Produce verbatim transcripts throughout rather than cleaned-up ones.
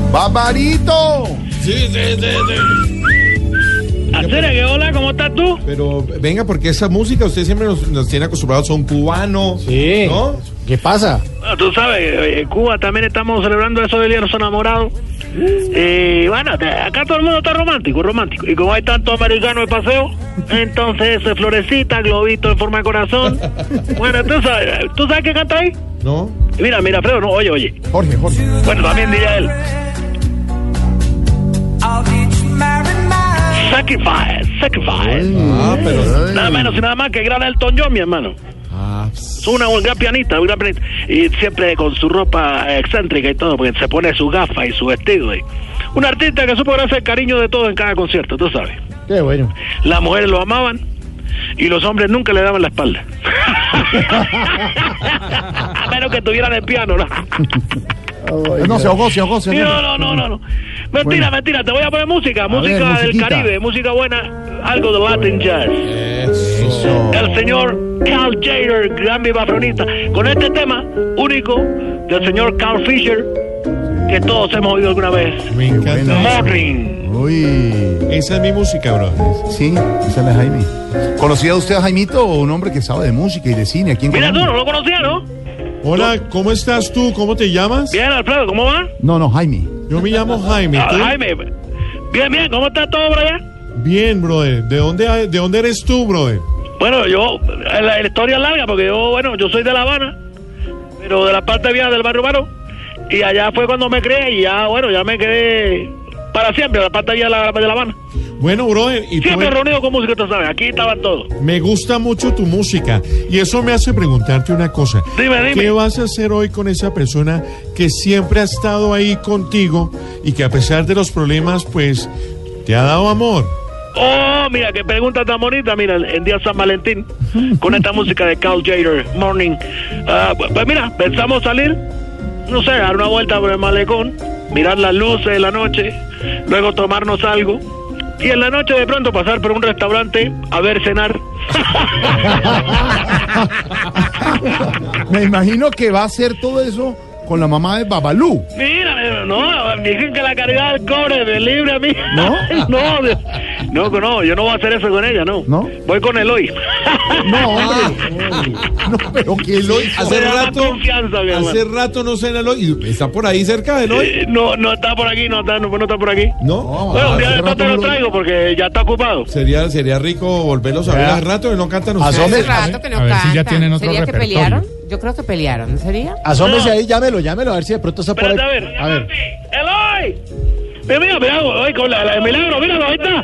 ¡Barbarito! Sí, sí, sí, sí. Acera, ¿qué hola? ¿Cómo estás tú? Pero venga, porque esa música usted siempre nos, nos tiene acostumbrados a un cubano. Sí. ¿No? ¿Qué pasa? Bueno, tú sabes, en Cuba también estamos celebrando eso del Día de los Enamorados. Y bueno, acá todo el mundo está romántico, romántico. Y como hay tantos americanos de paseo, entonces florecita, globito en forma de corazón. Bueno, tú sabes, ¿tú sabes qué canta ahí? ¿No? Mira, mira, Fredo, no, oye, oye. Jorge, Jorge. Bueno, también diría él. Sacrifice, sacrifice. Ah, pero... Nada menos y nada más que gran Elton John, mi hermano. Ah, Es una un gran pianista, un gran pianista. Y siempre con su ropa excéntrica y todo, porque se pone su gafa y su vestido. Y un artista que supo hacer cariño de todo en cada concierto, tú sabes. Qué bueno. Las mujeres lo amaban y los hombres nunca le daban la espalda. A menos que tuvieran el piano, ¿no? No, se ahogó, se ahogó, se ahogó. No, no, no, no, no. Mentira, Bueno. mentira, te voy a poner música, música ver, del musiquita. Caribe, música buena, algo de Latin Jazz. eso. El señor Carl Jader, gran vibafronista, con este tema único del señor Carl Fisher, que todos hemos oído alguna vez. Me encanta. Morning. Uy, Esa es mi música, bro. sí, esa es la Jaime. ¿Conocía usted a Jaimito, un hombre que sabe de música y de cine aquí en Mira tú, Colombia? no lo conocía, ¿no? Hola, ¿cómo estás tú? ¿Cómo te llamas? Bien, Alfredo, ¿cómo va? No, no, Jaime. Yo me llamo Jaime. Ah, ¿Tú? Jaime, bien, bien, ¿cómo está todo por allá? Bien, brother. ¿De dónde, ¿De dónde eres tú, brother? Bueno, yo, la, la historia es larga porque yo, bueno, yo soy de La Habana, pero de la parte vieja del barrio Baró, y allá fue cuando me creé y ya, bueno, ya me quedé para siempre, la parte vieja de La, de la Habana. Bueno, brother, y tú Siempre reunido con música, tú sabes, aquí estaban todos. me gusta mucho tu música y eso me hace preguntarte una cosa. Dime, dime. ¿Qué vas a hacer hoy con esa persona que siempre ha estado ahí contigo y que a pesar de los problemas, pues, te ha dado amor? Oh, mira, qué pregunta tan bonita, mira, en día San Valentín, con esta música de Carl Jader, Morning. Ah, pues, pues mira, pensamos salir, no sé, dar una vuelta por el malecón, mirar las luces de la noche, luego tomarnos algo, y en la noche de pronto pasar por un restaurante a ver cenar. Me imagino que va a hacer todo eso con la mamá de Babalú. Mira, no, dicen que la caridad del cobre me libre a mí. ¿No? no, no, no, yo no voy a hacer eso con ella, no. ¿No? Voy con Eloy. No, hombre. No, pero que lo hizo. Hace Me da más rato, confianza, mi hace hermano. rato no sé y está por ahí cerca de hoy. Eh, No, no está por aquí, no está, no, no está por aquí. No, Bueno, un día hace después te rato lo no lo- traigo porque ya está ocupado. sería sería rico volverlos a ver Ya. hace rato y no cantan Asome- ustedes. Hace rato que no A ver si ya cantan. tienen otro ¿Sería que repertorio. pelearon? Yo creo que pelearon, ¿no sería? Asómese No. ahí, llámelo, llámelo, a ver si de pronto está por ahí. Espérate, a ver. A ver. ¡Eloy! Mira, mira, mira, oye, con la, la de Milagro, míralo, ahí está.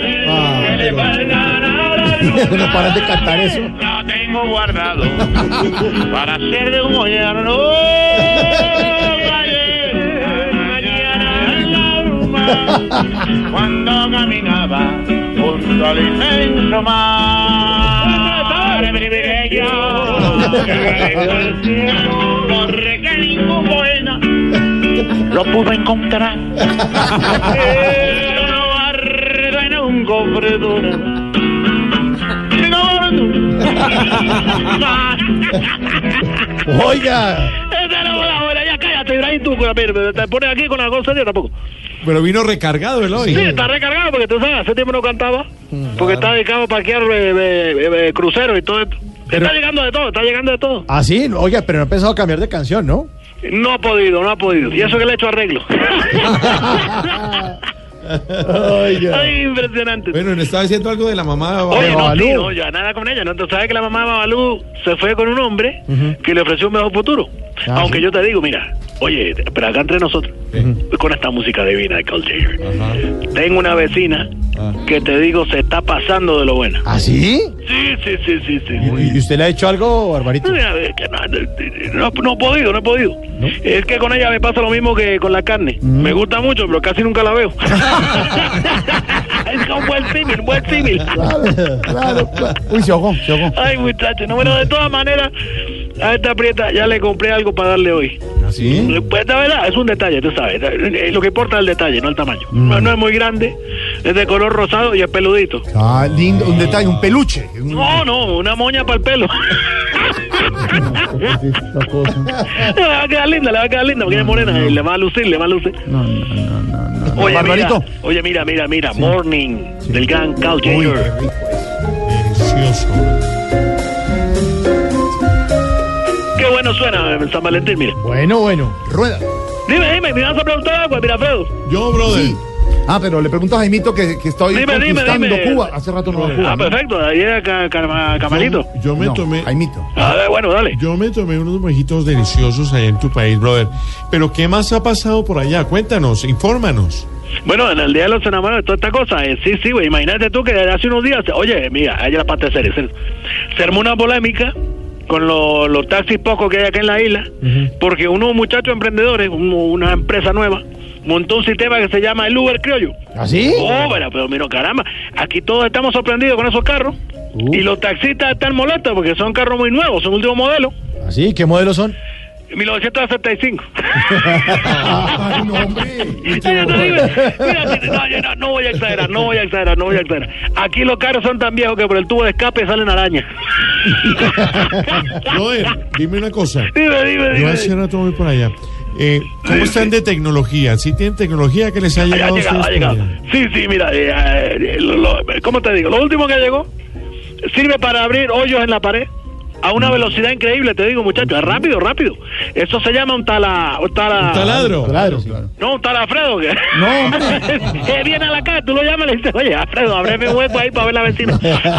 No paran de cantar eso. Lo tengo guardado para hacer de un gobierno. Cuando caminaba junto al inmenso mar, privilegio, porque ningún poema lo pude encontrar. Yo no guardo en un cofre duro. Oiga. Esta no la buena, ya cállate, Ibrahim, tú, mira, mira, te pones aquí con la cosa seria tampoco. Pero vino recargado el hoy. Sí, está recargado porque tú sabes, hace tiempo no cantaba, porque está dedicado a parquear eh, eh, eh, cruceros y todo esto. Está llegando de todo, está llegando de todo. Ah, sí, oiga, pero no ha empezado a cambiar de canción, ¿no? No ha podido, no ha podido. Y eso que le he hecho arreglo. Oiga. Ay, impresionante. Bueno, le estaba diciendo algo de la mamá. Oye, no, Babalú. sí, no, yo nada con ella, ¿no? Tú sabes que la mamá de Babalú se fue con un hombre que le ofreció un mejor futuro. Ah, Aunque sí. yo te digo, mira, oye, pero acá entre nosotros, con esta música divina de Carl Jader, Ajá. tengo una vecina Ah. que te digo se está pasando de lo buena. ¿Ah, sí? Sí, sí, sí, sí, sí. ¿Y usted le ha hecho algo, Barbarito? Mira, es que no, no, no he podido, no he podido. Es que con ella me pasa lo mismo que con la carne. Me gusta mucho, pero casi nunca la veo. Es un buen símil, un buen símil. Claro, claro, claro. Uy, se ahogó, se ahogó. Ay, muchacho, no, bueno, de todas maneras, a esta prieta ya le compré algo para darle hoy. ¿Sí? Pues la verdad, es un detalle, tú sabes. Lo que importa es el detalle, no el tamaño. No, no es muy grande, es de color rosado y es peludito. Ah, lindo, un detalle, un peluche. Un- No, no, una moña para el pelo. esta cosa. Le va a quedar linda, le va a quedar linda, porque es morena, y le va a lucir, le va a lucir. No, no, no, no, no. Oye, Barbarito. mira, oye, mira, mira, mira, Morning, del gran Carl Uy, qué Jager. rico es. Delicioso. Qué bueno suena en San Valentín, mira. Bueno, bueno. Rueda. Dime, dime, me vas a preguntar algo, mira, Alfredo. Yo, brother. Sí. Ah, pero le pregunto a Jaimito que, que estoy Dime, dime, conquistando dime. Cuba. Hace rato no va a Cuba. Ah, ¿no? perfecto, ahí es ca- ca- Camarito. Yo, yo me No, tomé. Jaimito. A ver, bueno, dale. Yo me tomé unos mojitos deliciosos allá en tu país, brother. Pero ¿qué más ha pasado por allá? Cuéntanos, infórmanos. Bueno, en el Día de los Enamorados, toda esta cosa, eh, sí, sí, güey, imagínate tú que hace unos días, oye, mira, ahí es la parte seria, serio. Se armó una polémica con lo- los taxis pocos que hay acá en la isla, porque unos muchachos emprendedores, un- una empresa nueva, montó un sistema que se llama el Uber Criollo. ¿Así? Oh, pero, pero mira, caramba, aquí todos estamos sorprendidos con esos carros, Uh. y los taxistas están molestos porque son carros muy nuevos, son último modelo, ¿Así? ¿Qué modelos son? mil novecientos setenta y cinco. Ay, no, hombre. Yo te digo, mira, no, yo no, no voy a exagerar, no voy a exagerar, no voy a exagerar. Aquí los carros son tan viejos que por el tubo de escape salen arañas. Brother, dime una cosa. Dime, dime, Yo dime. hace rato voy por allá. Eh, ¿Cómo están de tecnología? ¿Sí tienen tecnología que les ha Ha llegado a llegado, ustedes ha por llegado. allá? Sí, sí, mira, eh, eh, lo- lo- ¿cómo te digo? Lo último que llegó sirve para abrir hoyos en la pared a una velocidad increíble, te digo, muchachos, es rápido, rápido. Eso se llama un tala... Un, tala, ¿Un taladro? Claro, sí. Claro. No, un talafredo. Que, No, hombre. que viene a la casa, tú lo llamas y le dices, oye, Alfredo, ábreme un hueco ahí para ver la vecina.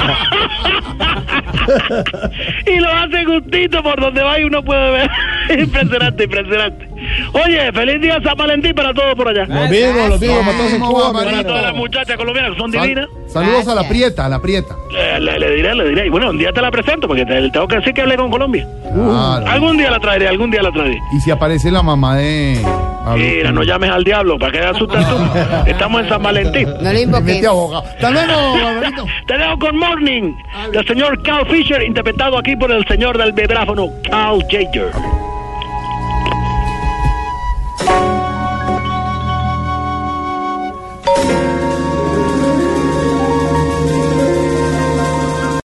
Y lo hace justito por donde va y uno puede ver. Impresionante, impresionante. Oye, feliz día San Valentín para todos por allá. Lo mismo, lo mismo, para todos en Vamos, Cuba, Barbarito. Para hermano. todas las muchachas colombianas que son Sal- divinas. saludos a la Gracias. prieta, a la prieta. Le, le- le diré, le diré. Y bueno, un día te la presento porque te, tengo que decir que hablé con Colombia. Claro. Algún día la traeré, algún día la traeré. Y si aparece la mamá de Pablo. Mira, no llames al diablo, ¿para qué asustas tú? Estamos en San Valentín. No lo Me invoques. mete abogado. Hasta luego, Barbarito. Te dejo con Morning, del señor Carl Fisher, interpretado aquí por el señor del vibráfono, Carl Jager.